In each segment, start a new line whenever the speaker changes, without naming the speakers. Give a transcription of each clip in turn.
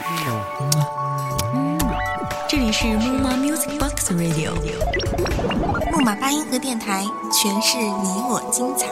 这里是木马 Music Box Radio，
木马八音盒电台，诠释你我精彩。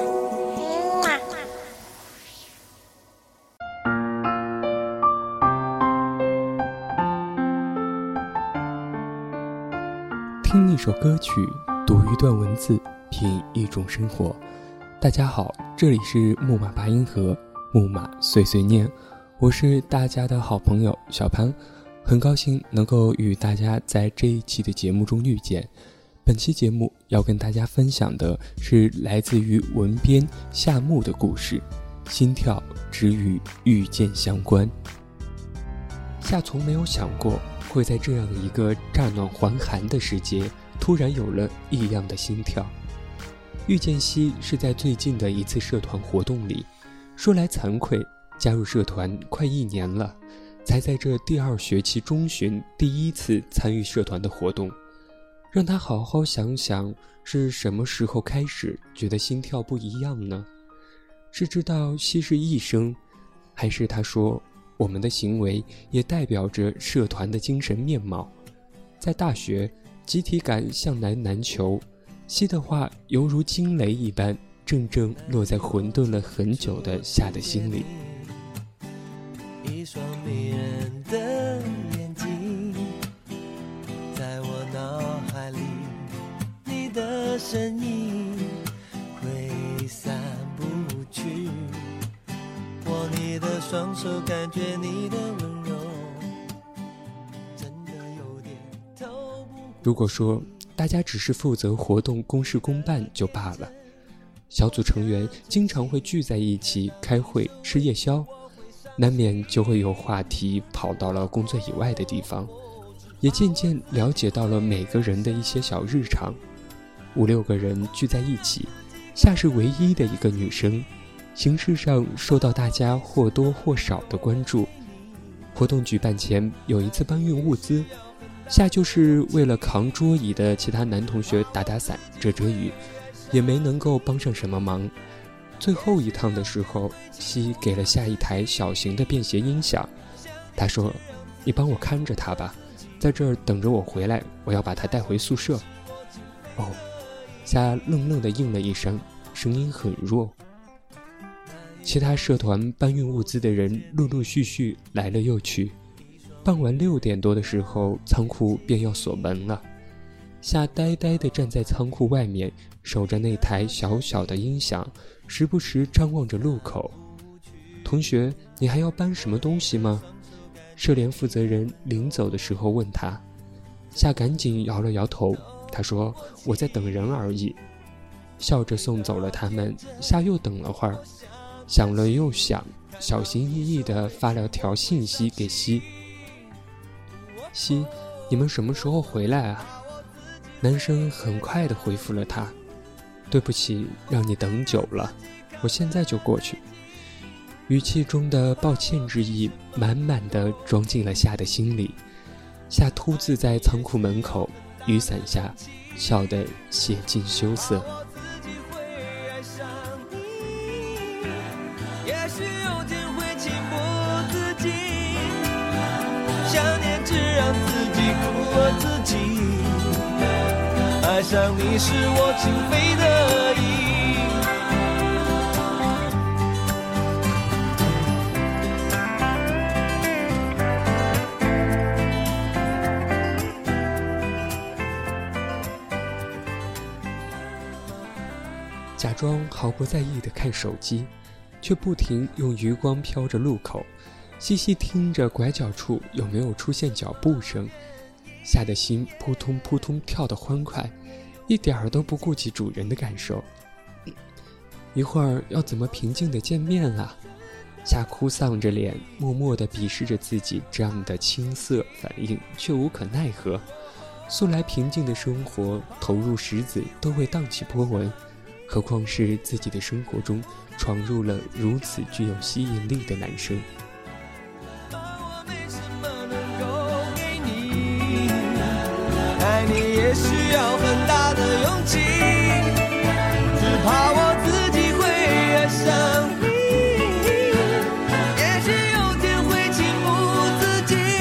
听一首歌曲，读一段文字，品一种生活。大家好，这里是木马八音盒，木马碎碎念，我是大家的好朋友小潘，很高兴能够与大家在这一期的节目中遇见。本期节目要跟大家分享的是来自于文编夏木的故事，心跳只与遇见相关。夏从没有想过会在这样一个乍暖还寒的时节突然有了异样的心跳。遇见西是在最近的一次社团活动里，说来惭愧，加入社团快1年了，才在这第2学期中旬第一次参与社团的活动。让他好好想想，是什么时候开始觉得心跳不一样呢？是知道西是医生，还是他说我们的行为也代表着社团的精神面貌？在大学，集体感向难求，西的话犹如惊雷一般，正正落在混沌了很久的夏的心里。
一双迷人的眼睛，在我脑海里，你的身影挥散不去，握你的双手，感觉你的温柔，真的有点透不过。
如果说大家只是负责活动公事公办就罢了，小组成员经常会聚在一起开会吃夜宵，难免就会有话题跑到了工作以外的地方，也渐渐了解到了每个人的一些小日常。5、6个人聚在一起，夏是唯一的一个女生，形式上受到大家或多或少的关注。活动举办前有一次搬运物资，夏就是为了扛桌椅的其他男同学打打伞遮遮雨，也没能够帮上什么忙。最后一趟的时候，西给了夏一台小型的便携音响，他说：“你帮我看着他吧，在这儿等着我回来，我要把他带回宿舍。”哦，夏愣愣地应了一声，声音很弱。其他社团搬运物资的人陆陆续续来了又去，傍晚6点多的时候，仓库便要锁门了。夏呆呆地站在仓库外面，守着那台小小的音响，时不时张望着路口。同学，你还要搬什么东西吗？社联负责人临走的时候问他。夏赶紧摇了摇头，他说：“我在等人而已。”笑着送走了他们。夏又等了会儿，想了又想，小心翼翼地发了条信息给西：“西，你们什么时候回来啊？”男生很快地回复了他：“对不起，让你等久了，我现在就过去。”语气中的抱歉之意满满地装进了夏的心里。夏秃子在仓库门口，雨伞下，笑得写尽羞涩。
也许有天会情不自禁，想念只让自己苦了自己，爱上你是我情非得已。
假装毫不在意地看手机，却不停用余光瞟着路口，细细听着拐角处有没有出现脚步声。夏的心扑通扑通跳得欢快，一点儿都不顾及主人的感受。一会儿要怎么平静地见面啊？夏哭丧着脸，默默地鄙视着自己这样的青涩反应，却无可奈何。素来平静的生活，投入石子都会荡起波纹，何况是自己的生活中闯入了如此具有吸引力的男生。
爱你也需要很大的勇气，只怕我自己会爱上你，也许有天会情不自禁。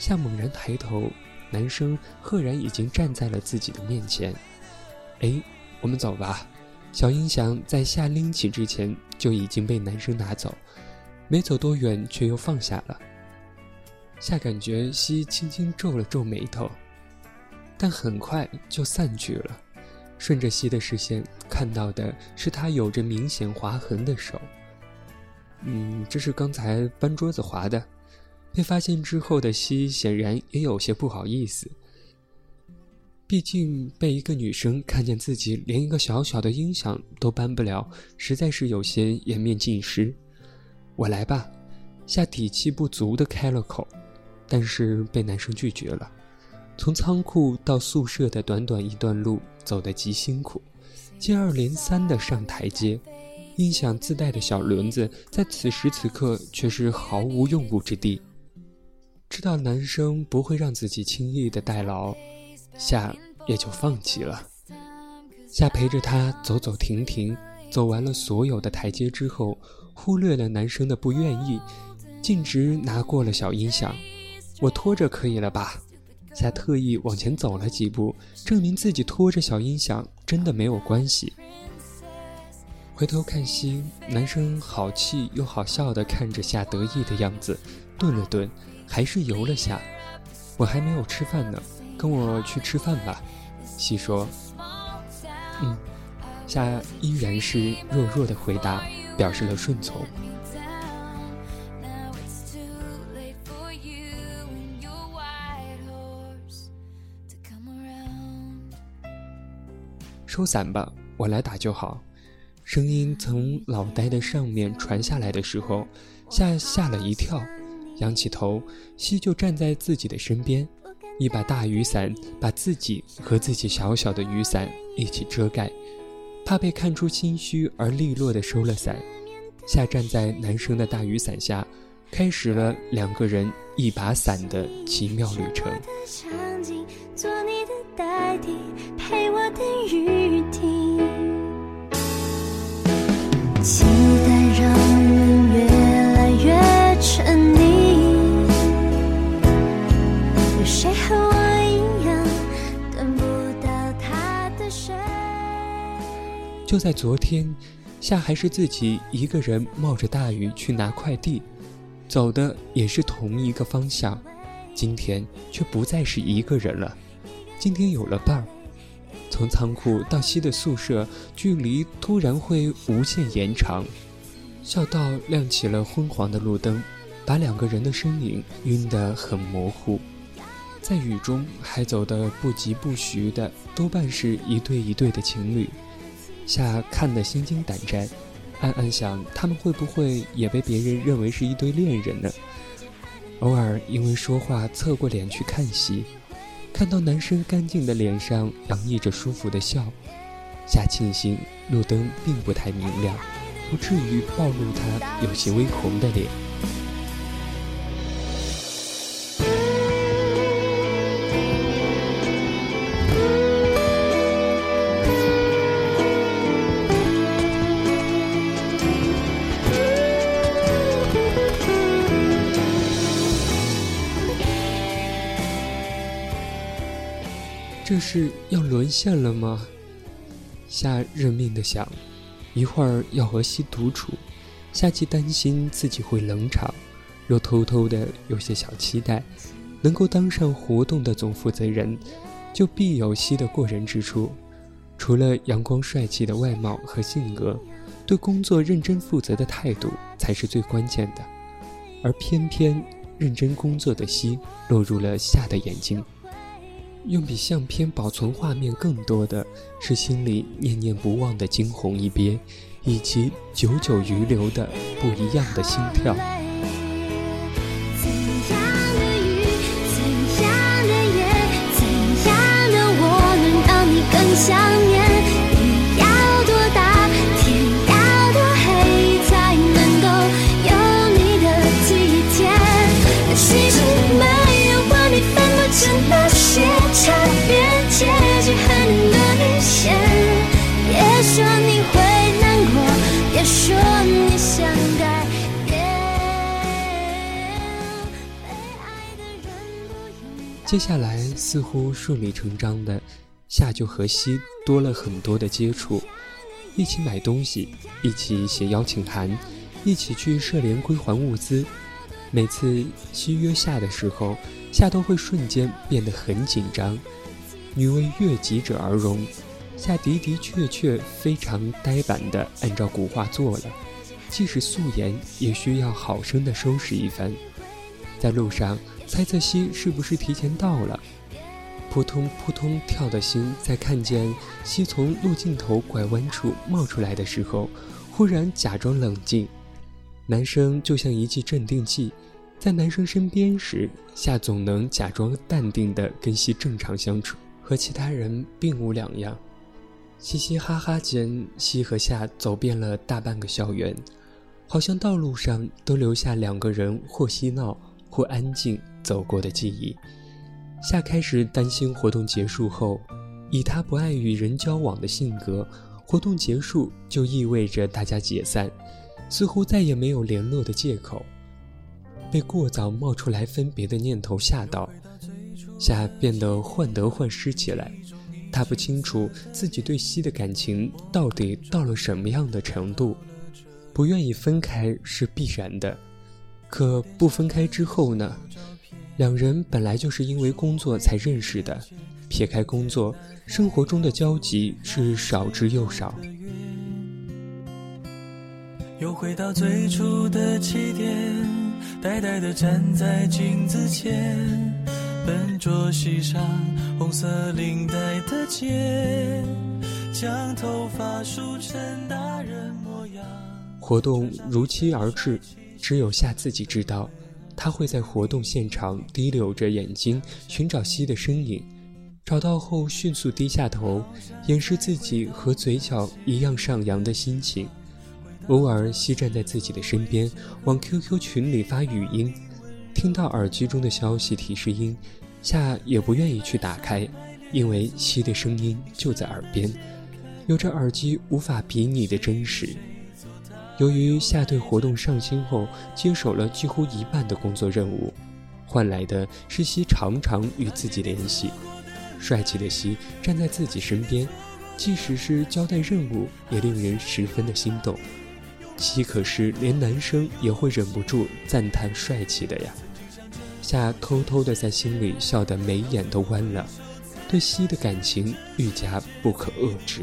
夏猛然抬头，男生赫然已经站在了自己的面前。我们走吧。小音响在夏拎起之前就已经被男生拿走，没走多远却又放下了。夏感觉西轻轻皱了皱眉头，但很快就散去了。顺着西的视线看到的是他有着明显划痕的手。这是刚才搬桌子划的。被发现之后的西显然也有些不好意思，毕竟被一个女生看见自己连一个小小的音响都搬不了，实在是有些颜面尽失。我来吧，夏底气不足地开了口，但是被男生拒绝了。从仓库到宿舍的短短一段路走得极辛苦，接二连三地上台阶，音响自带的小轮子在此时此刻却是毫无用武之地。知道男生不会让自己轻易的代劳，夏也就放弃了。夏陪着他走走停停，走完了所有的台阶之后，忽略了男生的不愿意，径直拿过了小音响。我拖着可以了吧？夏特意往前走了几步，证明自己拖着小音响真的没有关系。回头看西，男生好气又好笑地看着夏得意的样子，顿了顿，还是游了下。我还没有吃饭呢，跟我去吃饭吧。西说。夏依然是弱弱的回答，表示了顺从。收伞吧，我来打就好。声音从脑袋的上面传下来的时候，夏吓了一跳，仰起头，西就站在自己的身边，一把大雨伞把自己和自己小小的雨伞一起遮盖，怕被看出心虚而利落地收了伞。夏站在男生的大雨伞下，开始了两个人一把伞的奇妙旅程。
做你的代替，陪我等雨停，期待让人越来越沉溺，有谁和我一样等不到他的水。
就在昨天，夏还是自己一个人冒着大雨去拿快递，走的也是同一个方向，今天却不再是一个人了，今天有了伴儿。从仓库到西的宿舍，距离突然会无限延长。校道亮起了昏黄的路灯，把两个人的身影晕得很模糊。在雨中还走得不疾不徐的，多半是一对一对的情侣。夏看得心惊胆战，暗暗想他们会不会也被别人认为是一对恋人呢？偶尔因为说话侧过脸去看西，看到男生干净的脸上洋溢着舒服的笑，夏庆幸路灯并不太明亮，不至于暴露他有些微红的脸。这是要沦陷了吗？夏认命地想，一会儿要和西独处，夏既担心自己会冷场，又偷偷的有些小期待，能够当上活动的总负责人，就必有西的过人之处。除了阳光帅气的外貌和性格，对工作认真负责的态度才是最关键的。而偏偏认真工作的西落入了夏的眼睛。用比相片保存画面更多的是心里念念不忘的惊鸿一瞥，以及久久余留的不一样的心跳。
怎样的雨，怎样的夜，怎样的我能让你更想念？雨要多大，天要多黑，才能够有你的体贴？其实没有画面分不清那些差别，结局很多明显。别说你会难过，别说你想改变。
接下来似乎顺理成章的，夏就和西多了很多的接触，一起买东西，一起写邀请函，一起去社联归还物资。每次西约夏的时候，夏都会瞬间变得很紧张。女为悦己者而容，夏的确非常呆板地按照古话做了，即使素颜也需要好生地收拾一番。在路上猜测西是不是提前到了，扑通扑通跳的心在看见西从路尽头拐弯处冒出来的时候，忽然假装冷静。男生就像一剂镇定剂，在男生身边时，夏总能假装淡定地跟西正常相处，和其他人并无两样。嘻嘻哈哈间，西和夏走遍了大半个校园，好像道路上都留下两个人或嬉闹或安静走过的记忆。夏开始担心活动结束后，以他不爱与人交往的性格，活动结束就意味着大家解散，似乎再也没有联络的借口。被过早冒出来分别的念头吓到，夏变得患得患失起来。他不清楚自己对西的感情到底到了什么样的程度，不愿意分开是必然的，可不分开之后呢？两人本来就是因为工作才认识的，撇开工作，生活中的交集是少之又少。
又回到最初的起点，呆呆地站在镜子前，笨拙系上红色领带的结，将头发梳成大人模样。
活动如期而至，只有夏自己知道，他会在活动现场滴溜着眼睛寻找西的身影，找到后迅速低下头，掩饰自己和嘴角一样上扬的心情。偶尔西站在自己的身边，往 QQ 群里发语音，听到耳机中的消息提示音，夏也不愿意去打开，因为西的声音就在耳边，有着耳机无法比拟的真实。由于夏对活动上心后接手了几乎一半的工作任务，换来的是西常常与自己联系。帅气的西站在自己身边，即使是交代任务也令人十分的心动。西可是连男生也会忍不住赞叹帅气的呀。夏偷偷地在心里笑得眉眼都弯了，对西的感情愈加不可遏制。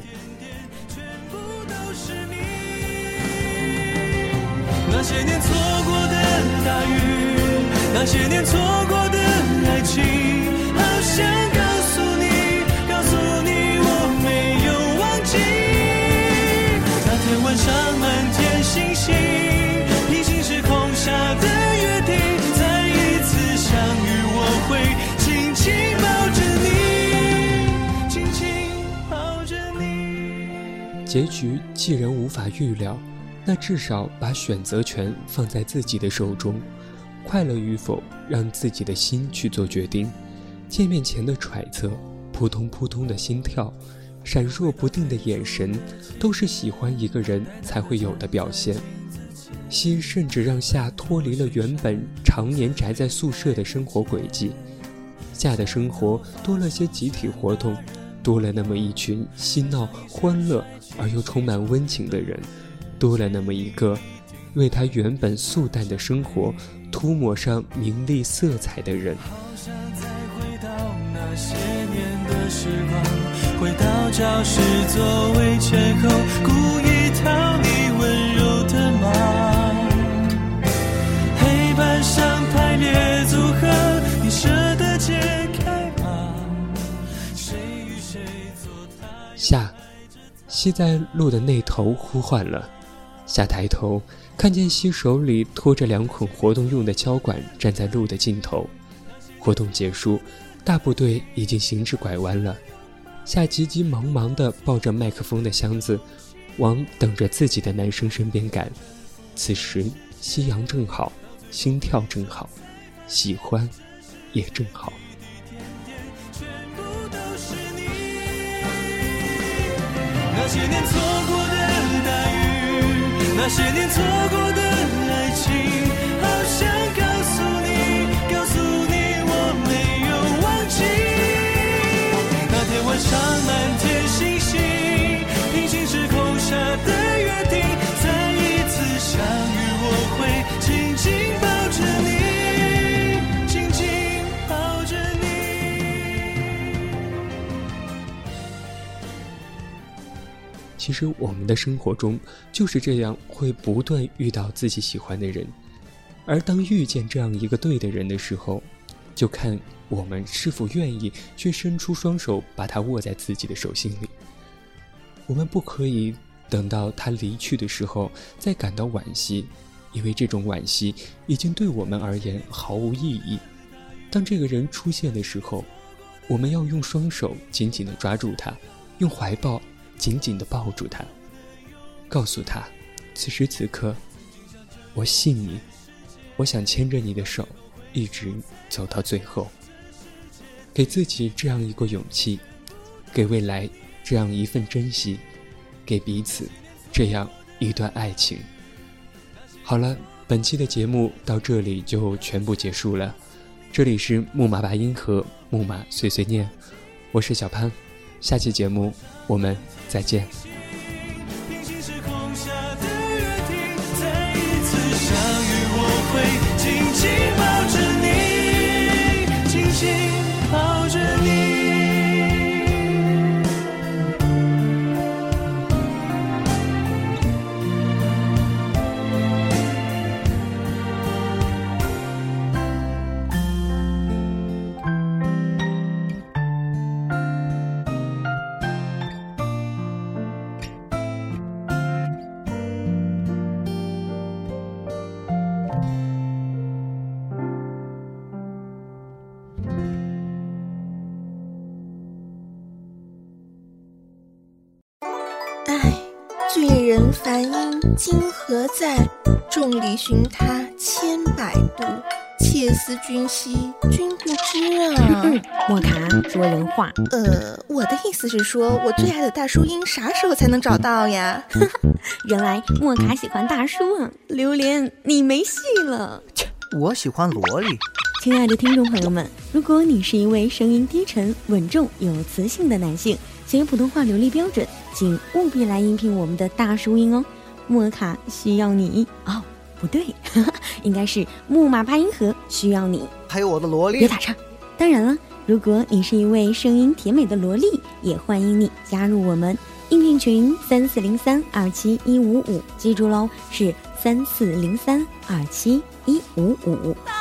那些年错过的大雨，那些年错过的爱情，好想告诉你我没有忘记。那天晚上满天星星，平行时空下的约定，再一次相遇我会紧紧抱着你，紧紧抱着你。
结局既然无法预料，那至少把选择权放在自己的手中，快乐与否让自己的心去做决定。见面前的揣测，扑通扑通的心跳，闪烁不定的眼神，都是喜欢一个人才会有的表现。西甚至让夏脱离了原本常年宅在宿舍的生活轨迹，夏的生活多了些集体活动，多了那么一群嬉闹欢乐而又充满温情的人，多了那么一个为他原本素淡的生活涂抹上名利色彩的人。
好想再回到那些年的时光，回到教室座位前后，故意讨你温柔的骂，黑板上排列组合，你舍得解开吗？谁与谁做他
夏，西在路的那头呼唤了。夏抬头看见西手里拖着2捆活动用的胶管站在路的尽头。活动结束，大部队已经行至拐弯了。夏急急忙忙地抱着麦克风的箱子往等着自己的男生身边赶。此时夕阳正好，心跳正好，喜欢也正好。
那些年错过的大雨，那些年错过的爱情，好想告诉你我没有忘晚上满天星星，平行时空下的约定，再一次相遇我会紧紧抱着你，紧紧抱着你。
其实我们的生活中就是这样，会不断遇到自己喜欢的人，而当遇见这样一个对的人的时候，就看我们是否愿意去伸出双手，把他握在自己的手心里。我们不可以等到他离去的时候再感到惋惜，因为这种惋惜已经对我们而言毫无意义。当这个人出现的时候，我们要用双手紧紧地抓住他，用怀抱紧紧地抱住他，告诉他，此时此刻我信你，我想牵着你的手一直走到最后。给自己这样一个勇气，给未来这样一份珍惜，给彼此这样一段爱情。好了，本期的节目到这里就全部结束了。这里是木马八音盒，木马碎碎念，我是小潘，下期节目我们再见。
平行时空下的约定，再一次相遇我会紧紧抱着你，紧紧抱着你。
醉人梵音今何在？众里寻他千百度，妾思君兮君不知啊。
莫卡说人话。
我的意思是说，我最爱的大叔音啥时候才能找到呀？
原来莫卡喜欢大叔啊！榴莲，你没戏了。
我喜欢萝莉。
亲爱的听众朋友们，如果你是一位声音低沉、稳重、有磁性的男性，写普通话流利标准，请务必来应聘我们的大叔音哦。莫卡需要你哦，不对，应该是木马八音盒需要你。
还有我的萝莉。
别打岔。当然了，如果你是一位声音甜美的萝莉，也欢迎你加入我们应聘群3403-27155，记住喽，是3403-27155。